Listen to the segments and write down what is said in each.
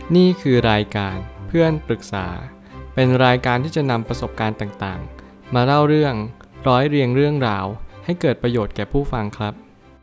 นี่คือรายการเพื่อนปรึกษาเป็นรายการที่จะนำประสบการณ์ต่างๆมาเล่าเรื่องร้อยเรียงเรื่องราวให้เกิดประโยชน์แก่ผู้ฟังครับ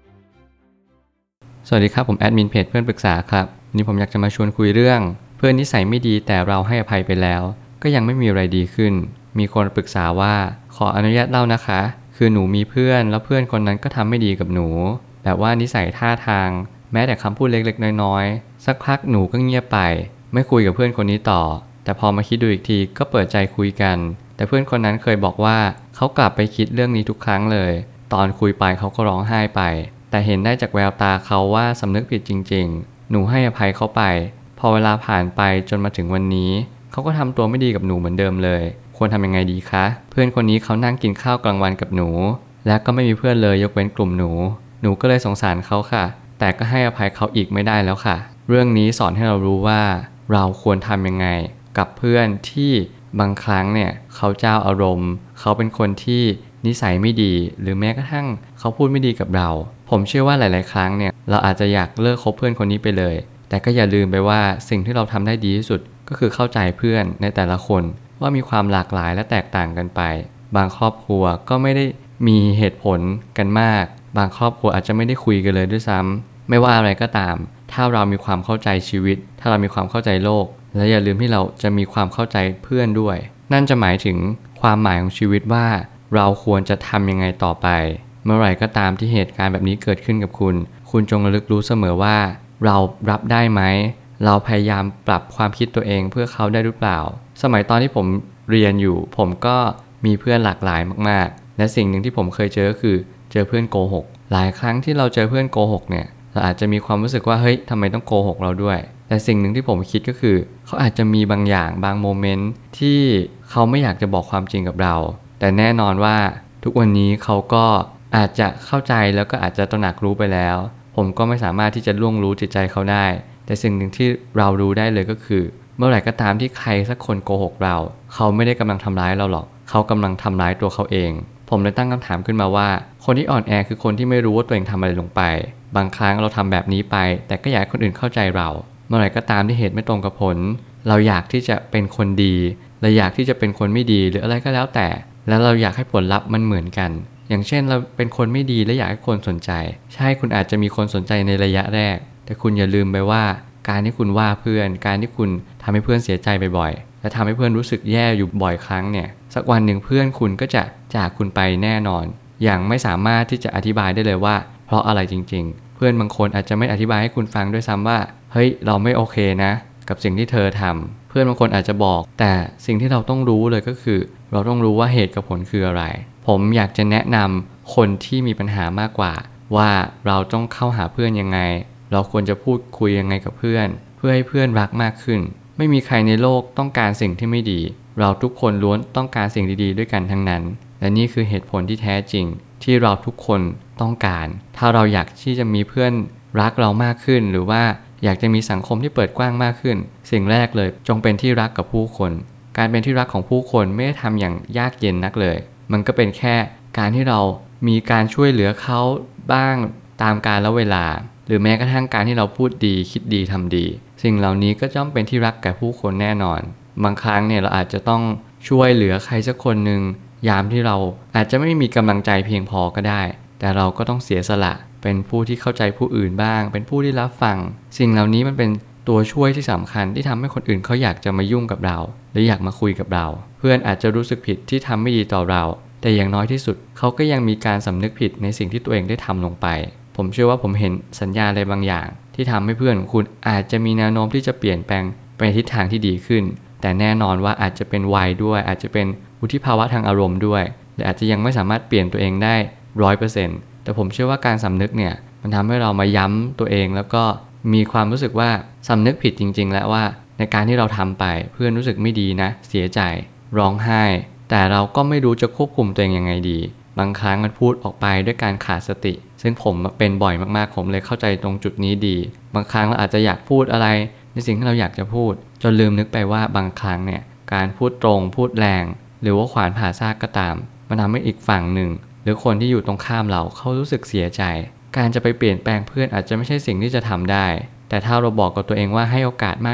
สวัสดีครับผมแอดมินเพจเพื่อนปรึกษาครับวันนี้ผมอยากจะมาชวนคุยเรื่องเพื่อนนิสัยไม่ดีแต่เราให้อภัยไปแล้วก็ยังไม่มีอะไรดีขึ้นมีคนปรึกษาว่าขออนุญาตเล่านะคะคือหนูมีเพื่อนแล้วเพื่อนคนนั้นก็ทำไม่ดีกับหนูแบบว่านิสัยท่าทางแม้แต่คำพูดเล็กๆน้อยๆสักพักหนูก็เงียบไปไม่คุยกับเพื่อนคนนี้ต่อแต่พอมาคิดดูอีกทีก็เปิดใจคุยกันแต่เพื่อนคนนั้นเคยบอกว่าเขากลับไปคิดเรื่องนี้ทุกครั้งเลยตอนคุยไปเขาก็ร้องไห้ไปแต่เห็นได้จากแววตาเขาว่าสำนึกผิดจริงๆหนูให้อภัยเขาไปพอเวลาผ่านไปจนมาถึงวันนี้เขาก็ทำตัวไม่ดีกับหนูเหมือนเดิมเลยควรทำยังไงดีคะเพื่อนคนนี้เขานั่งกินข้าวกลางวันกับหนูและก็ไม่มีเพื่อนเลยยกเว้นกลุ่มหนูก็เลยสงสารเขาค่ะแต่ก็ให้อภัยเขาอีกไม่ได้แล้วค่ะเรื่องนี้สอนให้เรารู้ว่าเราควรทำยังไงกับเพื่อนที่บางครั้งเนี่ยเขาเจ้าอารมณ์เขาเป็นคนที่นิสัยไม่ดีหรือแม้กระทั่งเขาพูดไม่ดีกับเราผมเชื่อว่าหลายๆครั้งเนี่ยเราอาจจะอยากเลิกคบเพื่อนคนนี้ไปเลยแต่ก็อย่าลืมไปว่าสิ่งที่เราทำได้ดีที่สุดก็คือเข้าใจเพื่อนในแต่ละคนว่ามีความหลากหลายและแตกต่างกันไปบางครอบครัวก็ไม่ได้มีเหตุผลกันมากบางครอบครัวอาจจะไม่ได้คุยกันเลยด้วยซ้ำไม่ว่าอะไรก็ตามถ้าเรามีความเข้าใจชีวิตถ้าเรามีความเข้าใจโลกและอย่าลืมที่เราจะมีความเข้าใจเพื่อนด้วยนั่นจะหมายถึงความหมายของชีวิตว่าเราควรจะทำยังไงต่อไปเมื่อไหร่ก็ตามที่เหตุการณ์แบบนี้เกิดขึ้นกับคุณจงระลึกรู้เสมอว่าเรารับได้ไหมเราพยายามปรับความคิดตัวเองเพื่อเขาได้หรือเปล่าสมัยตอนที่ผมเรียนอยู่ผมก็มีเพื่อนหลากหลายมากๆและสิ่งหนึ่งที่ผมเคยเจอก็คือเจอเพื่อนโกหกหลายครั้งที่เราเจอเพื่อนโกหกเนี่ยเราอาจจะมีความรู้สึกว่าเฮ้ยทำไมต้องโกหกเราด้วยแต่สิ่งหนึ่งที่ผมคิดก็คือเขาอาจจะมีบางอย่างบางโมเมนต์ที่เขาไม่อยากจะบอกความจริงกับเราแต่แน่นอนว่าทุกวันนี้เขาก็อาจจะเข้าใจแล้วก็อาจจะตระหนักรู้ไปแล้วผมก็ไม่สามารถที่จะล่วงรู้จิตใจเขาได้แต่สิ่งหนึ่งที่เรารู้ได้เลยก็คือเมื่อไหร่ก็ตามที่ใครสักคนโกหกเราเขาไม่ได้กำลังทำร้ายเราหรอกเขากำลังทำร้ายตัวเขาเองผมเลยตั้งคำถามขึ้นมาว่าคนที่อ่อนแอคือคนที่ไม่รู้ว่าตัวเองทำอะไรลงไปบางครั้งเราทำแบบนี้ไปแต่ก็อยากให้คนอื่นเข้าใจเราเมื่อไหร่ก็ตามที่เหตุไม่ตรงกับผลเราอยากที่จะเป็นคนดีเราอยากที่จะเป็นคนไม่ดีหรืออะไรก็แล้วแต่แล้วเราอยากให้ผลลัพธ์มันเหมือนกันอย่างเช่นเราเป็นคนไม่ดีและอยากให้คนสนใจใช่คุณอาจจะมีคนสนใจในระยะแรกแต่คุณอย่าลืมไปว่าการที่คุณว่าเพื่อนการที่คุณทำให้เพื่อนเสียใจบ่อยๆและทำให้เพื่อนรู้สึกแย่อยู่บ่อยครั้งเนี่ยสักวันหนึ่งเพื่อนคุณก็จะจากคุณไปแน่นอนอย่างไม่สามารถที่จะอธิบายได้เลยว่าเพราะอะไรจริงๆเพื่อนบางคนอาจจะไม่อธิบายให้คุณฟังด้วยซ้ำว่าเฮ้ยเราไม่โอเคนะกับสิ่งที่เธอทำเพื่อนบางคนอาจจะบอกแต่สิ่งที่เราต้องรู้เลยก็คือเราต้องรู้ว่าเหตุกับผลคืออะไรผมอยากจะแนะนำคนที่มีปัญหามากกว่าว่าเราต้องเข้าหาเพื่อนยังไงเราควรจะพูดคุยยังไงกับเพื่อนเพื่อให้เพื่อนรักมากขึ้นไม่มีใครในโลกต้องการสิ่งที่ไม่ดีเราทุกคนล้วนต้องการสิ่งดีๆด้วยกันทั้งนั้นและนี่คือเหตุผลที่แท้จริงที่เราทุกคนต้องการถ้าเราอยากที่จะมีเพื่อนรักเรามากขึ้นหรือว่าอยากจะมีสังคมที่เปิดกว้างมากขึ้นสิ่งแรกเลยจงเป็นที่รักกับผู้คนการเป็นที่รักของผู้คนไม่ได้ทำอย่างยากเย็นนักเลยมันก็เป็นแค่การที่เรามีการช่วยเหลือเขาบ้างตามกาลเวลาหรือแม้กระทั่งการที่เราพูดดีคิดดีทำดีสิ่งเหล่านี้ก็ย่อมเป็นที่รักแก่ผู้คนแน่นอนบางครั้งเนี่ยเราอาจจะต้องช่วยเหลือใครสักคนหนึ่งยามที่เราอาจจะไม่มีกำลังใจเพียงพอก็ได้แต่เราก็ต้องเสียสละเป็นผู้ที่เข้าใจผู้อื่นบ้างเป็นผู้ที่รับฟังสิ่งเหล่านี้มันเป็นตัวช่วยที่สำคัญที่ทำให้คนอื่นเขาอยากจะมายุ่งกับเราหรืออยากมาคุยกับเราเพื่อนอาจจะรู้สึกผิดที่ทำไม่ดีต่อเราแต่อย่างน้อยที่สุดเขาก็ยังมีการสำนึกผิดในสิ่งที่ตัวเองได้ทำลงไปผมเชื่อว่าผมเห็นสัญญาณอะไรบางอย่างที่ทำให้เพื่อนของคุณอาจจะมีแนวโน้มที่จะเปลี่ยนแปลงไปในทิศทางที่ดีขึ้นแต่แน่นอนว่าอาจจะเป็นวัยด้วยอาจจะเป็นวุฒิภาวะทางอารมณ์ด้วยหรืออาจจะยังไม่สามารถเปลี่ยนตัวเองได้ 100% แต่ผมเชื่อว่าการสำนึกเนี่ยมันทำให้เรามาย้ำตัวเองแล้วก็มีความรู้สึกว่าสำนึกผิดจริงๆแล้วว่าในการที่เราทำไปเพื่อนรู้สึกไม่ดีนะเสียใจร้องไห้แต่เราก็ไม่รู้จะควบคุมตัวเองยังไงดีบางครั้งมันพูดออกไปด้วยการขาดสติซึ่งผมเป็นบ่อยมากๆผมเลยเข้าใจตรงจุดนี้ดีบางครั้งเราอาจจะอยากพูดอะไรในสิ่งที่เราอยากจะพูดจนลืมนึกไปว่าบางครั้งเนี่ยการพูดตรงพูดแรงหรือว่าขวานผ่าซากก็ตามมันทำให้อีกฝั่งหนึ่งหรือคนที่อยู่ตรงข้ามเราเขารู้สึกเสียใจการจะไปเปลี่ยนแปลงเพื่อนอาจจะไม่ใช่สิ่งที่จะทำได้แต่ถ้าเราบอกกับตัวเองว่าให้โอกาสมากที่สุด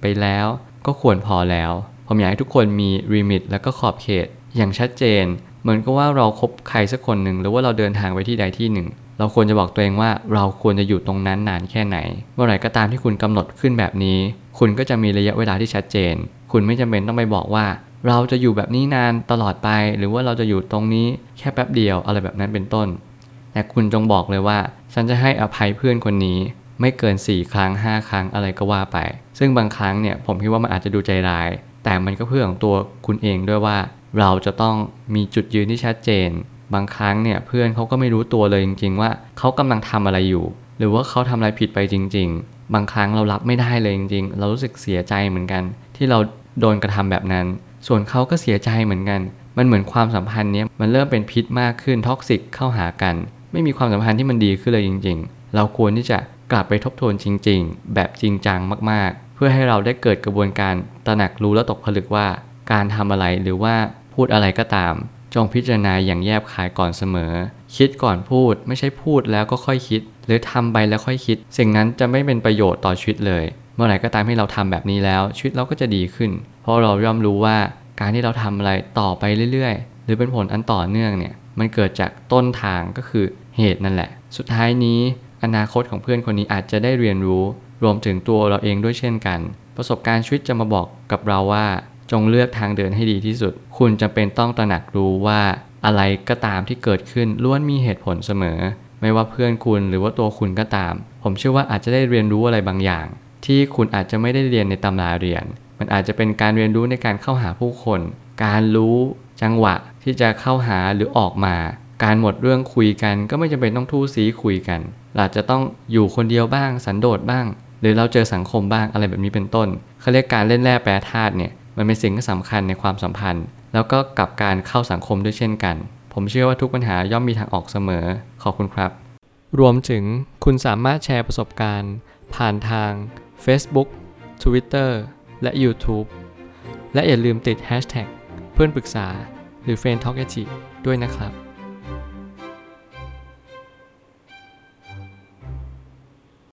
ไปแล้วก็ควรพอแล้วผมอยากให้ทุกคนมีลิมิตและก็ขอบเขตอย่างชัดเจนเหมือนกับว่าเราคบใครสักคนหนึ่งหรือว่าเราเดินทางไปที่ใดที่หนึ่งเราควรจะบอกตัวเองว่าเราควรจะอยู่ตรงนั้นนานแค่ไหนเมื่อไหร่ก็ตามที่คุณกำหนดขึ้นแบบนี้คุณก็จะมีระยะเวลาที่ชัดเจนคุณไม่จำเป็นต้องไปบอกว่าเราจะอยู่แบบนี้นานตลอดไปหรือว่าเราจะอยู่ตรงนี้แค่แป๊บเดียวอะไรแบบนั้นเป็นต้นแต่คุณจงบอกเลยว่าฉันจะให้อภัยเพื่อนคนนี้ไม่เกิน4 ครั้ง5 ครั้งอะไรก็ว่าไปซึ่งบางครั้งเนี่ยผมคิดว่ามันอาจจะดูใจร้ายแต่มันก็เพื่อของตัวคุณเองด้วยว่าเราจะต้องมีจุดยืนที่ชัดเจนบางครั้งเนี่ยเพื่อนเขาก็ไม่รู้ตัวเลยจริงๆว่าเขากำลังทำอะไรอยู่หรือว่าเขาทำอะไรผิดไปจริงๆบางครั้งเรารับไม่ได้เลยจริงๆเรารู้สึกเสียใจเหมือนกันที่เราโดนกระทำแบบนั้นส่วนเขาก็เสียใจเหมือนกันมันเหมือนความสัมพันธ์นี้มันเริ่มเป็นพิษมากขึ้นท็อกซิกเข้าหากันไม่มีความสัมพันธ์ที่มันดีขึ้นเลยจริงๆเราควรที่จะกลับไปทบทวนจริงๆแบบจริงจังมากๆเพื่อให้เราได้เกิดกระบวนการตระหนักรู้และตกผลึกว่าการทำอะไรหรือว่าพูดอะไรก็ตามจงพิจารณาอย่างแยบคายก่อนเสมอคิดก่อนพูดไม่ใช่พูดแล้วก็ค่อยคิดหรือทำไปแล้วค่อยคิดสิ่งนั้นจะไม่เป็นประโยชน์ต่อชีวิตเลยเมื่อไหร่ก็ตามที่เราทำแบบนี้แล้วชีวิตเราก็จะดีขึ้นเพราะเราย่อมรู้ว่าการที่เราทำอะไรต่อไปเรื่อยๆหรือเป็นผลอันต่อเนื่องเนี่ยมันเกิดจากต้นทางก็คือเหตุนั่นแหละสุดท้ายนี้อนาคตของเพื่อนคนนี้อาจจะได้เรียนรู้รวมถึงตัวเราเองด้วยเช่นกันประสบการณ์ชีวิตจะมาบอกกับเราว่าจงเลือกทางเดินให้ดีที่สุดคุณจำเป็นต้องตระหนักรู้ว่าอะไรก็ตามที่เกิดขึ้นล้วนมีเหตุผลเสมอไม่ว่าเพื่อนคุณหรือว่าตัวคุณก็ตามผมเชื่อว่าอาจจะได้เรียนรู้อะไรบางอย่างที่คุณอาจจะไม่ได้เรียนในตำราเรียนมันอาจจะเป็นการเรียนรู้ในการเข้าหาผู้คนการรู้จังหวะที่จะเข้าหาหรือออกมาการหมดเรื่องคุยกันก็ไม่จำเป็นต้องทู่ซี้คุยกันเราจะต้องอยู่คนเดียวบ้างสันโดษบ้างหรือเราเจอสังคมบ้างอะไรแบบนี้เป็นต้นเขาเรียกการเล่นแร่แปรธาตุเนี่ยมันเป็นสิ่งที่สำคัญในความสัมพันธ์แล้วก็กับการเข้าสังคมด้วยเช่นกันผมเชื่อว่าทุกปัญหาย่อมมีทางออกเสมอขอบคุณครับรวมถึงคุณสามารถแชร์ประสบการณ์ผ่านทาง Facebook Twitter และ YouTube และอย่าลืมติด Hashtag เพื่อนปรึกษาหรือ Friend Talk ด้วยนะครับ